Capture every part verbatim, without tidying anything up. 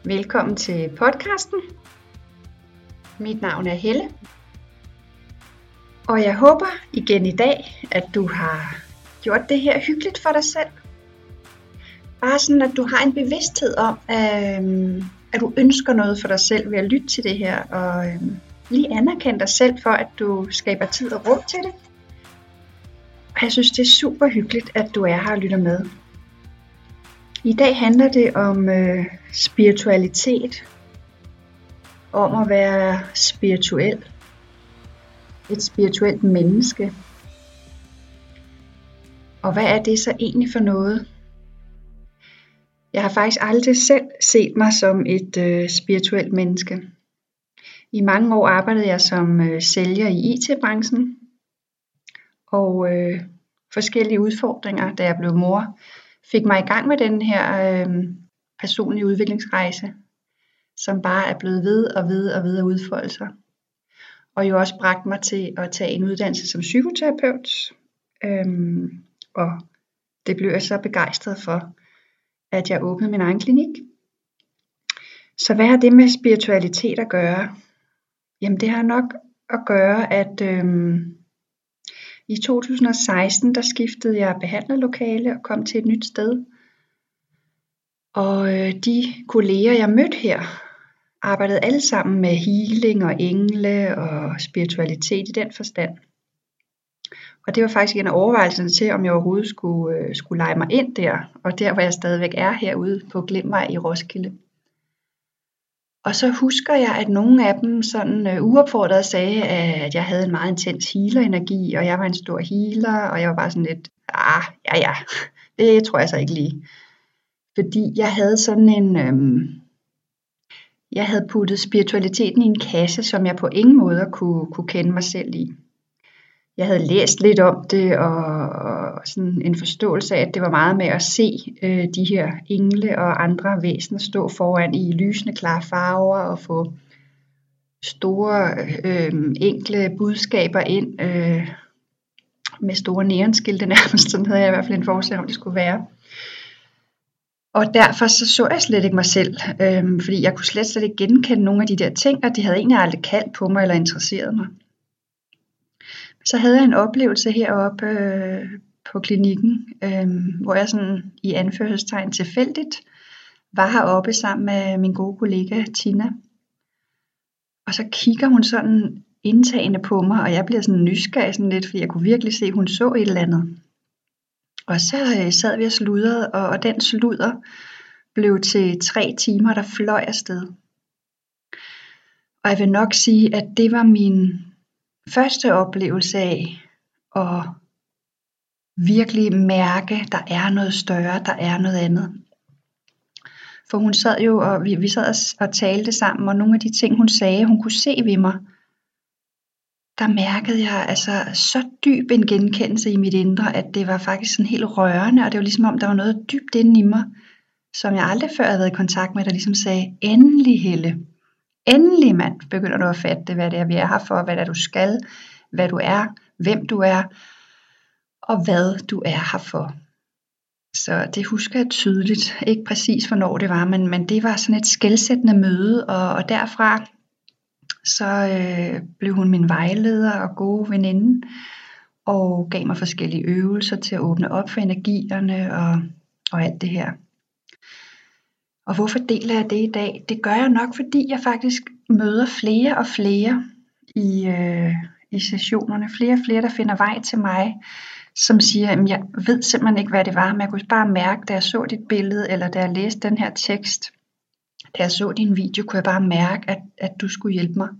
Velkommen til podcasten. Mit navn er Helle. Og jeg håber igen i dag, at du har gjort det her hyggeligt for dig selv. Bare sådan, at du har en bevidsthed om, at du ønsker noget for dig selv ved at lytte til det her. Og lige anerkende dig selv for, at du skaber tid og rum til det. Og jeg synes, det er super hyggeligt, at du er her og lytter med. I dag handler det om øh, spiritualitet. Om at være spirituel. Et spirituelt menneske. Og hvad er det så egentlig for noget? Jeg har faktisk aldrig selv set mig som et øh, spirituelt menneske. I mange år arbejdede jeg som øh, sælger i I T-branchen. Og øh, forskellige udfordringer, da jeg blev mor, fik mig i gang med den her øh, personlige udviklingsrejse, som bare er blevet ved og ved og ved at udfolde sig. Og jo også bragt mig til at tage en uddannelse som psykoterapeut. Øhm, og det blev jeg så begejstret for, at jeg åbnede min egen klinik. Så hvad har det med spiritualitet at gøre? Jamen det har nok at gøre, at øhm, i to tusind og seksten, der skiftede jeg behandlerlokale og kom til et nyt sted. Og øh, de kolleger, jeg mødte her, arbejdede alle sammen med healing og engle og spiritualitet i den forstand. Og det var faktisk en af overvejelserne til, om jeg overhovedet skulle, øh, skulle lege mig ind der. Og der, hvor jeg stadigvæk er herude på Glimtvej i Roskilde. Og så husker jeg, at nogle af dem sådan øh, uopfordret sagde, at jeg havde en meget intens healer-energi, og jeg var en stor healer, og jeg var bare sådan lidt, ah, ja ja, det tror jeg så ikke lige. Fordi jeg havde sådan en, øhm, jeg havde puttet spiritualiteten i en kasse, som jeg på ingen måde kunne, kunne kende mig selv i. Jeg havde læst lidt om det, og, og sådan en forståelse af, at det var meget med at se øh, de her engle og andre væsener stå foran i lysende klare farver, og få store, øh, enkle budskaber ind, øh, med store neonskilte nærmest, sådan havde jeg i hvert fald en forestilling om, det skulle være. Og derfor så, så jeg slet ikke mig selv, øh, fordi jeg kunne slet, slet ikke genkende nogle af de der ting, og det havde egentlig aldrig kaldt på mig eller interesseret mig. Så havde jeg en oplevelse heroppe øh, på klinikken, øh, hvor jeg sådan i anførselstegn tilfældigt var heroppe sammen med min gode kollega Tina. Og så kigger hun sådan indtagende på mig, og jeg bliver sådan nysgerrig sådan lidt, fordi jeg kunne virkelig se, at hun så et eller andet. Og så øh, sad vi og sludrede, og, og den sludder blev til tre timer, der fløj afsted. Og jeg vil nok sige, at det var min første oplevelse af at virkelig mærke, der er noget større, der er noget andet. For hun sad jo, og vi, vi sad og, og talte sammen, og nogle af de ting, hun sagde, hun kunne se ved mig, der mærkede jeg altså så dyb en genkendelse i mit indre, at det var faktisk sådan helt rørende, og det var ligesom om, der var noget dybt inde i mig, som jeg aldrig før havde været i kontakt med, der ligesom sagde, endelig Helle, endelig mand, begynder du at fatte, hvad det er, vi er her for, hvad det er, du skal, hvad du er, hvem du er, og hvad du er her for. Så det husker jeg tydeligt, ikke præcis hvornår det var, men, men det var sådan et skelsættende møde, og, og derfra så øh, blev hun min vejleder og gode veninde, og gav mig forskellige øvelser til at åbne op for energierne og, og alt det her. Og hvorfor deler jeg det i dag? Det gør jeg nok, fordi jeg faktisk møder flere og flere i, øh, i sessionerne. Flere og flere, der finder vej til mig, som siger, at jeg ved simpelthen ikke, hvad det var, men jeg kunne bare mærke, da jeg så dit billede, eller da jeg læste den her tekst, da jeg så din video, kunne jeg bare mærke, at, at du skulle hjælpe mig.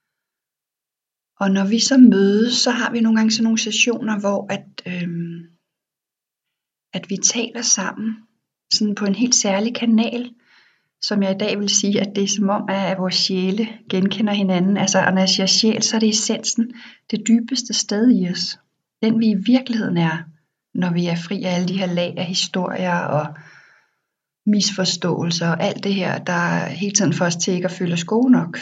Og når vi så mødes, så har vi nogle gange sådan nogle sessioner, hvor at, øhm, at vi taler sammen, sådan på en helt særlig kanal, som jeg i dag vil sige, at det er som om, at vores sjæle genkender hinanden. Altså, og når jeg siger sjæl, så er det essensen, det dybeste sted i os. Den vi i virkeligheden er, når vi er fri af alle de her lag af historier og misforståelser og alt det her, der hele tiden får os til ikke at føle os gode nok.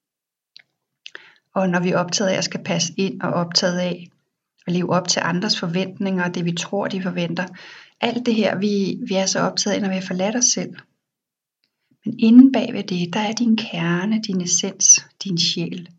Og når vi er optaget af at skal passe ind og optaget af at leve op til andres forventninger og det vi tror de forventer. Alt det her vi, vi er så optaget af, når vi har forladt os selv. Men inde bag ved det, der er din kerne, din essens, din sjæl.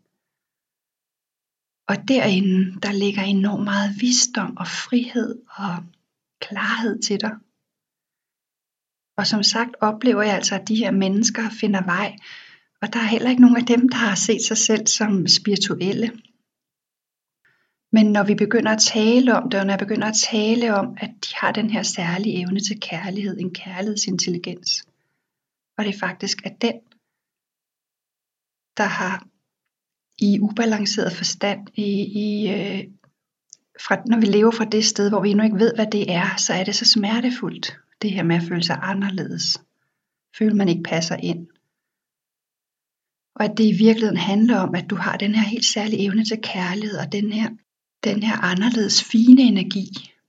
Og derinde, der ligger enormt meget visdom og frihed og klarhed til dig. Og som sagt oplever jeg altså, at de her mennesker finder vej. Og der er heller ikke nogen af dem, der har set sig selv som spirituelle. Men når vi begynder at tale om det, og når jeg begynder at tale om, at de har den her særlige evne til kærlighed, en kærlighedsintelligens. Og det er faktisk at den, der har i ubalanceret forstand, i, i, øh, fra, når vi lever fra det sted, hvor vi endnu ikke ved, hvad det er, så er det så smertefuldt, det her med at føle sig anderledes. Føle, man ikke passer ind. Og at det i virkeligheden handler om, at du har den her helt særlige evne til kærlighed, og den her, den her anderledes fine energi.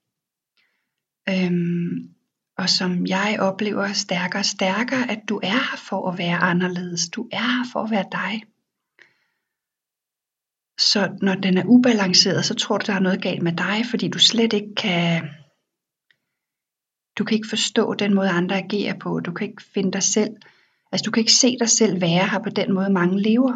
Øhm, og som jeg oplever stærkere og stærkere, at du er her for at være anderledes. Du er her for at være dig. Så når den er ubalanceret, så tror du, der er noget galt med dig, fordi du slet ikke kan, du kan ikke forstå den måde, andre agerer på. Du kan ikke finde dig selv, altså du kan ikke se dig selv være her på den måde, mange lever.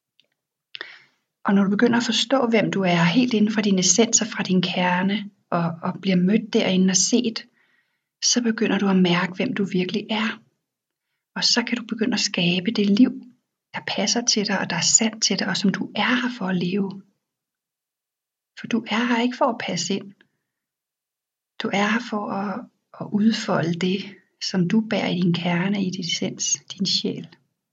Og når du begynder at forstå, hvem du er, helt inden for din essens og fra din kerne, og, og bliver mødt derinde og set, så begynder du at mærke, hvem du virkelig er. Og så kan du begynde at skabe det liv, der passer til dig, og der er sandt til dig, og som du er her for at leve. For du er her ikke for at passe ind. Du er her for at, at udfolde det, som du bærer i din kerne, i din essens, din sjæl.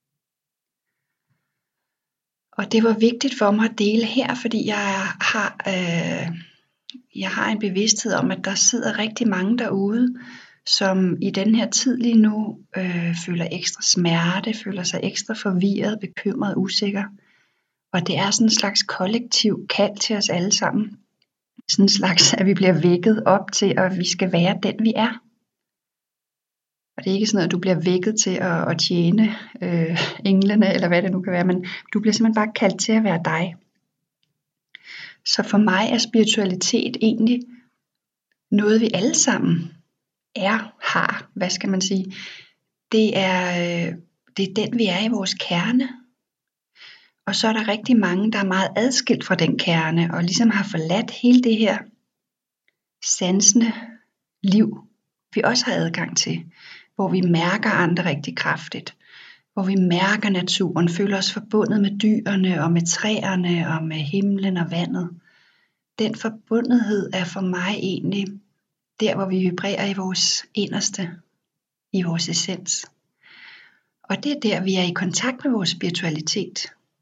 Og det var vigtigt for mig at dele her, fordi jeg har, øh, jeg har en bevidsthed om, at der sidder rigtig mange derude, som i den her tid lige nu øh, føler ekstra smerte, føler sig ekstra forvirret, bekymret, usikker. Og det er sådan en slags kollektiv kald til os alle sammen. Sådan en slags, at vi bliver vækket op til, at vi skal være den vi er. Og det er ikke sådan noget, at du bliver vækket til at, at tjene øh, englene, eller hvad det nu kan være, men du bliver simpelthen bare kaldt til at være dig. Så for mig er spiritualitet egentlig noget, vi alle sammen er, har, hvad skal man sige. Det er, øh, det er den, vi er i vores kerne. Og så er der rigtig mange, der er meget adskilt fra den kerne, og ligesom har forladt hele det her sansende liv, vi også har adgang til. Hvor vi mærker andre rigtig kraftigt. Hvor vi mærker naturen, føler os forbundet med dyrene og med træerne og med himlen og vandet. Den forbundethed er for mig egentlig der, hvor vi vibrerer i vores inderste, i vores essens. Og det er der, vi er i kontakt med vores spiritualitet.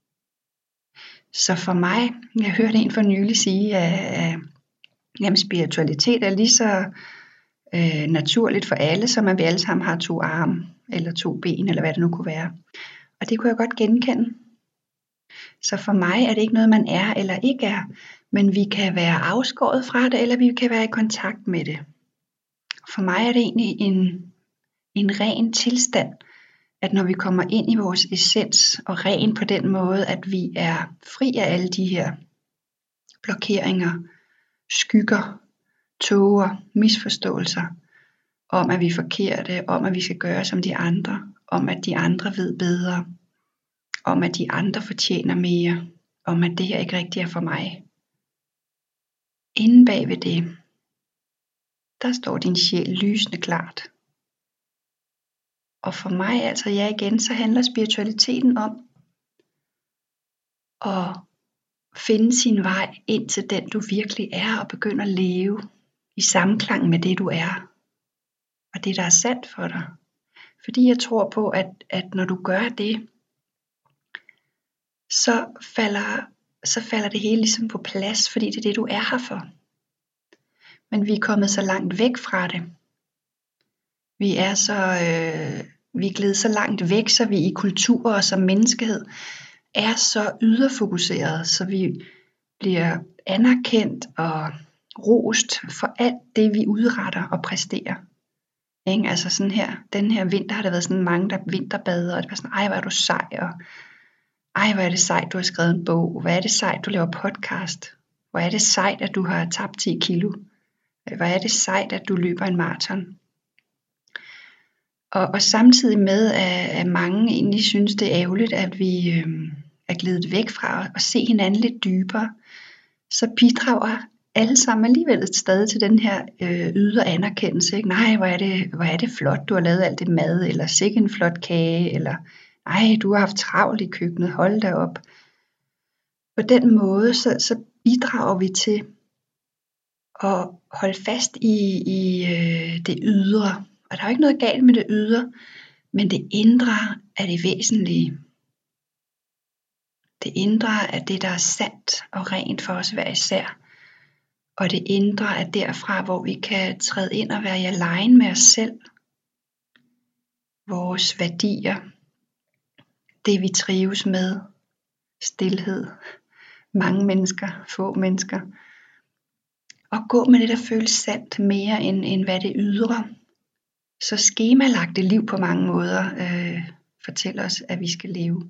Så for mig, jeg hørte en for nylig sige, at jamen, spiritualitet er lige så øh, naturligt for alle, som at vi alle sammen har to arme, eller to ben, eller hvad det nu kunne være. Og det kunne jeg godt genkende. Så for mig er det ikke noget, man er eller ikke er, men vi kan være afskåret fra det, eller vi kan være i kontakt med det. For mig er det egentlig en, en ren tilstand, at når vi kommer ind i vores essens, og ren på den måde, at vi er fri af alle de her blokeringer, skygger, tåger, misforståelser, om at vi er forkerte, om at vi skal gøre som de andre, om at de andre ved bedre, om at de andre fortjener mere, om at det her ikke rigtigt er for mig. Inden bag ved det, der står din sjæl lysende klart. Og for mig, altså ja igen, så handler spiritualiteten om at finde sin vej ind til den du virkelig er, og begynde at leve i samklang med det du er, og det der er sandt for dig. Fordi jeg tror på, at, at når du gør det, så falder, så falder det hele ligesom på plads, fordi det er det du er her for. Men vi er kommet så langt væk fra det. Vi er så, øh, vi er gledet så langt væk, så vi i kultur og som menneskehed er så yderfokuseret, så vi bliver anerkendt og rost for alt det vi udretter og præsterer. Ikke? Altså sådan her, den her vinter har der været sådan mange der vinterbader, og det var sådan, ej hvor er du sej, og ej hvor er det sejt du har skrevet en bog, hvor er det sejt du laver podcast, hvor er det sejt at du har tabt ti kilo, hvor er det sejt at du løber en maraton. Og, og samtidig med, at, at mange egentlig synes, det er ærgerligt, at vi øh, er gledet væk fra at se hinanden lidt dybere, så bidrager alle sammen alligevel stadig til den her øh, ydre anerkendelse. Ikke? Nej, hvor er, det, hvor er det flot, du har lavet alt det mad, eller sikke en flot kage, eller nej, du har haft travlt i køkkenet, hold da op. På den måde, så, så bidrager vi til at holde fast i, i øh, det ydre. Og der er jo ikke noget galt med det ydre, men det indre er det væsentlige. Det indre er det, der er sandt og rent for os hver især. Og det indre er derfra, hvor vi kan træde ind og være i align med os selv. Vores værdier. Det vi trives med. Stilhed. Mange mennesker, få mennesker. Og gå med det, der føles sandt mere end, end hvad det ydre. Så skemalagte liv på mange måder øh, fortæller os, at vi skal leve.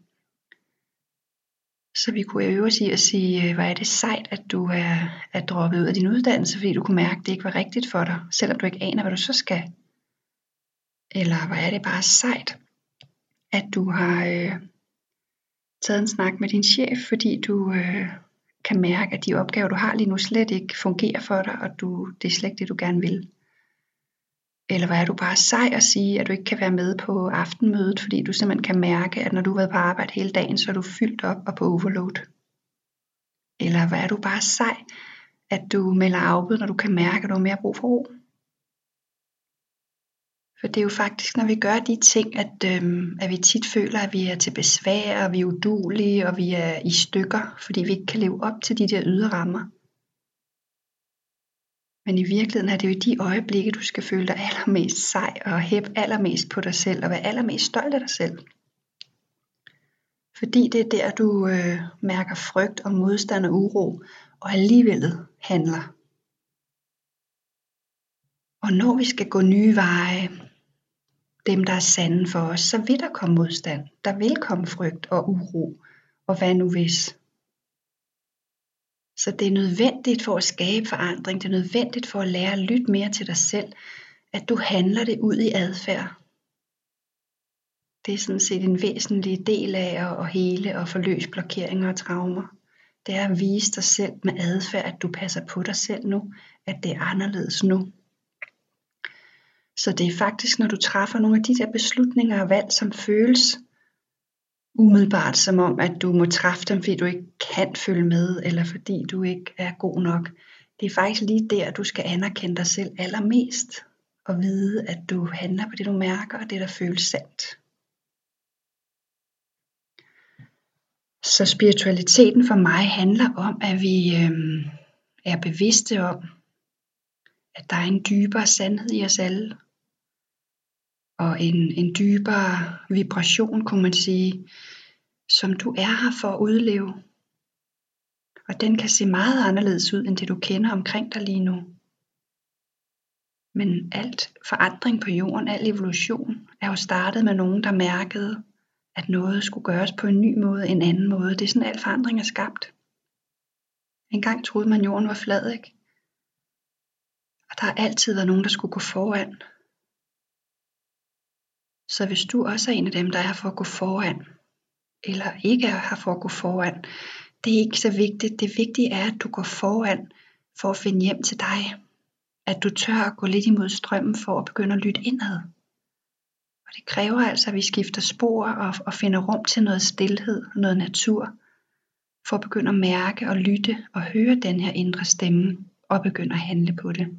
Så vi kunne øve os i at sige, hvor er det sejt, at du er, er droppet ud af din uddannelse, fordi du kunne mærke, at det ikke var rigtigt for dig, selvom du ikke aner, hvad du så skal. Eller hvor er det bare sejt, at du har øh, taget en snak med din chef, fordi du øh, kan mærke, at de opgaver, du har lige nu, slet ikke fungerer for dig, og du, det er slet ikke det, du gerne vil. Eller hvor er du bare sej at sige, at du ikke kan være med på aftenmødet, fordi du simpelthen kan mærke, at når du har været på arbejde hele dagen, så er du fyldt op og på overload. Eller hvor er du bare sej, at du melder afbud, når du kan mærke, at du har mere brug for ro. For det er jo faktisk, når vi gør de ting, at, øhm, at vi tit føler, at vi er til besvær, og vi er uduelige, og vi er i stykker, fordi vi ikke kan leve op til de der ydre rammer. Men i virkeligheden er det jo i de øjeblikke, du skal føle dig allermest sej, og hæppe allermest på dig selv, og være allermest stolt af dig selv. Fordi det er der, du øh, mærker frygt og modstand og uro, og alligevel handler. Og når vi skal gå nye veje, dem der er sande for os, så vil der komme modstand. Der vil komme frygt og uro, og hvad nu hvis. Så det er nødvendigt for at skabe forandring, det er nødvendigt for at lære at lytte mere til dig selv, at du handler det ud i adfærd. Det er sådan set en væsentlig del af at hele og forløse blokeringer og traumer. Det er at vise dig selv med adfærd, at du passer på dig selv nu, at det er anderledes nu. Så det er faktisk, når du træffer nogle af de der beslutninger og valg, som føles umiddelbart som om, at du må træffe dem, fordi du ikke kan følge med, eller fordi du ikke er god nok. Det er faktisk lige der, du skal anerkende dig selv allermest, og vide, at du handler på det, du mærker, og det, der føles sandt. Så spiritualiteten for mig handler om, at vi øh, er bevidste om, at der er en dybere sandhed i os alle, og en, en dybere vibration, kunne man sige, som du er her for at udleve. Og den kan se meget anderledes ud, end det du kender omkring dig lige nu. Men alt forandring på jorden, al evolution, er jo startet med nogen, der mærkede, at noget skulle gøres på en ny måde, en anden måde. Det er sådan, al forandring er skabt. En gang troede man, jorden var flad, ikke? Og der har altid været nogen, der skulle gå foran. Så hvis du også er en af dem, der er her for at gå foran, eller ikke er her for at gå foran, det er ikke så vigtigt. Det vigtige er, at du går foran for at finde hjem til dig. At du tør at gå lidt imod strømmen for at begynde at lytte indad. Og det kræver altså, at vi skifter spor og, og finder rum til noget stilhed, noget natur, for at begynde at mærke og lytte og høre den her indre stemme og begynde at handle på det.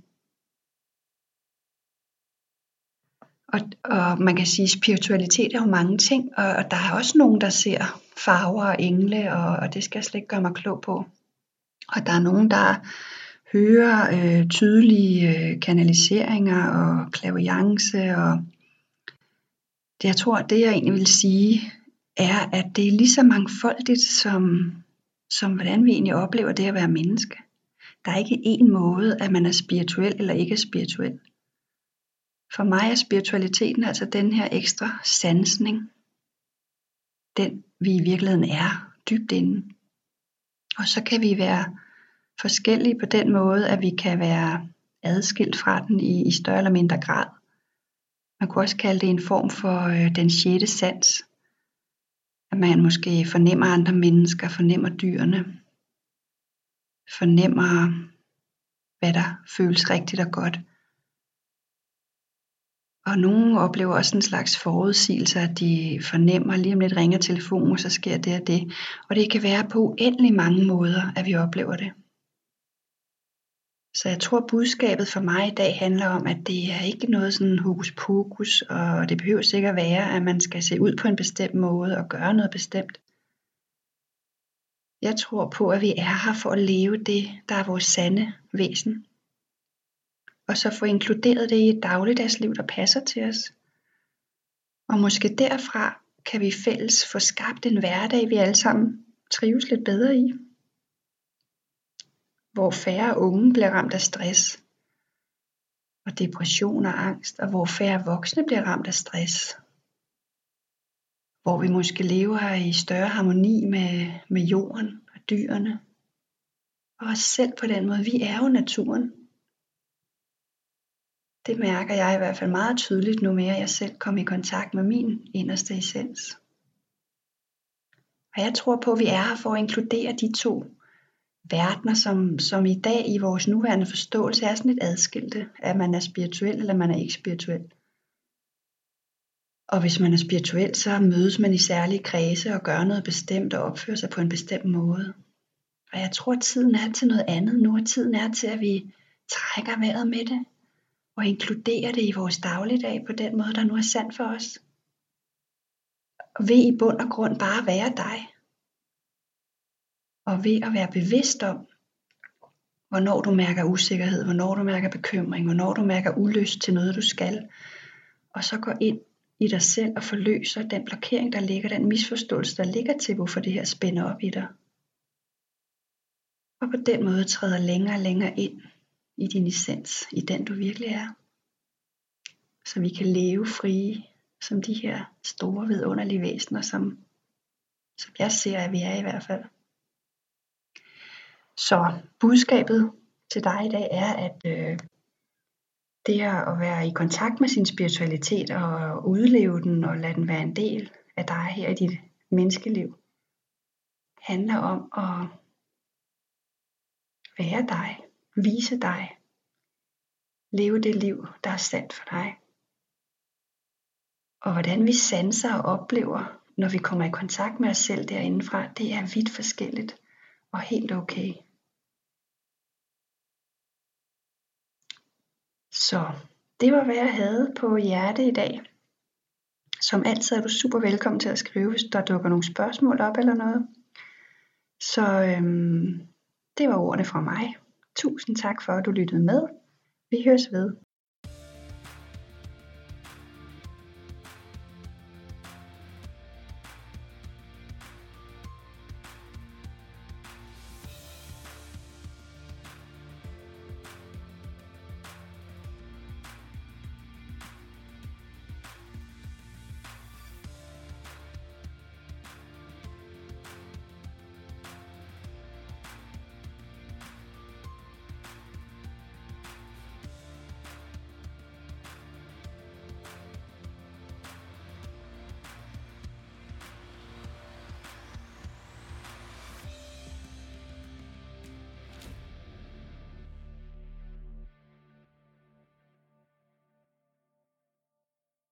Og, og man kan sige, at spiritualitet er jo mange ting, og, og der er også nogen, der ser farver og engle, og, og det skal jeg slet ikke gøre mig klog på. Og der er nogen, der hører øh, tydelige øh, kanaliseringer og clairvoyance, og det, jeg tror, det jeg egentlig vil sige, er, at det er lige så mangfoldigt, som, som hvordan vi egentlig oplever det at være menneske. Der er ikke én måde, at man er spirituel eller ikke er spirituel. For mig er spiritualiteten altså den her ekstra sansning, den vi i virkeligheden er dybt inde. Og så kan vi være forskellige på den måde, at vi kan være adskilt fra den i, i større eller mindre grad. Man kunne også kalde det en form for øh, den sjette sans. At man måske fornemmer andre mennesker, fornemmer dyrene, fornemmer hvad der føles rigtigt og godt. Og nogle oplever også en slags forudsigelse, at de fornemmer, lige om lidt ringer telefonen, og så sker det og det. Og det kan være på uendelig mange måder, at vi oplever det. Så jeg tror, budskabet for mig i dag handler om, at det er ikke noget sådan hokus pokus, og det behøver sikkert være, at man skal se ud på en bestemt måde og gøre noget bestemt. Jeg tror på, at vi er her for at leve det, der er vores sande væsen. Og så få inkluderet det i et dagligdagsliv, der passer til os. Og måske derfra kan vi fælles få skabt en hverdag, vi alle sammen trives lidt bedre i. Hvor færre unge bliver ramt af stress og depression og angst, og hvor færre voksne bliver ramt af stress. Hvor vi måske lever i større harmoni med, med jorden og dyrene. Og os selv på den måde. Vi er jo naturen. Det mærker jeg i hvert fald meget tydeligt, nu mere jeg selv kommer i kontakt med min inderste essens. Og jeg tror på, at vi er her for at inkludere de to verdener, som, som i dag i vores nuværende forståelse er sådan lidt adskilte, at man er spirituel eller man er ikke spirituel. Og hvis man er spirituel, så mødes man i særlige kredse og gør noget bestemt og opfører sig på en bestemt måde. Og jeg tror, at tiden er til noget andet nu, og tiden er til, at vi trækker vejret med det og inkluderer det i vores dagligdag på den måde, der nu er sandt for os. Og ved i bund og grund bare være dig. Og ved at være bevidst om, hvornår du mærker usikkerhed, hvornår du mærker bekymring, hvornår du mærker ulyst til noget, du skal. Og så gå ind i dig selv og forløser den blokering, der ligger, den misforståelse, der ligger til, hvorfor det her spænder op i dig. Og på den måde træder længere og længere ind i din essens, i den du virkelig er. Så vi kan leve frie som de her store vidunderlige væsener, som, som jeg ser, at vi er i hvert fald. Så budskabet til dig i dag er, at øh, det at være i kontakt med sin spiritualitet og udleve den og lade den være en del af dig her i dit menneskeliv, handler om at være dig, vise dig, leve det liv, der er sandt for dig. Og hvordan vi sanser og oplever, når vi kommer i kontakt med os selv derindefra, det er vidt forskelligt og helt okay. Så det var hvad jeg havde på hjerte i dag. Som altid er du super velkommen til at skrive, hvis der dukker nogle spørgsmål op eller noget. Så øhm, det var ordene fra mig. Tusind tak for at du lyttede med. Vi høres ved.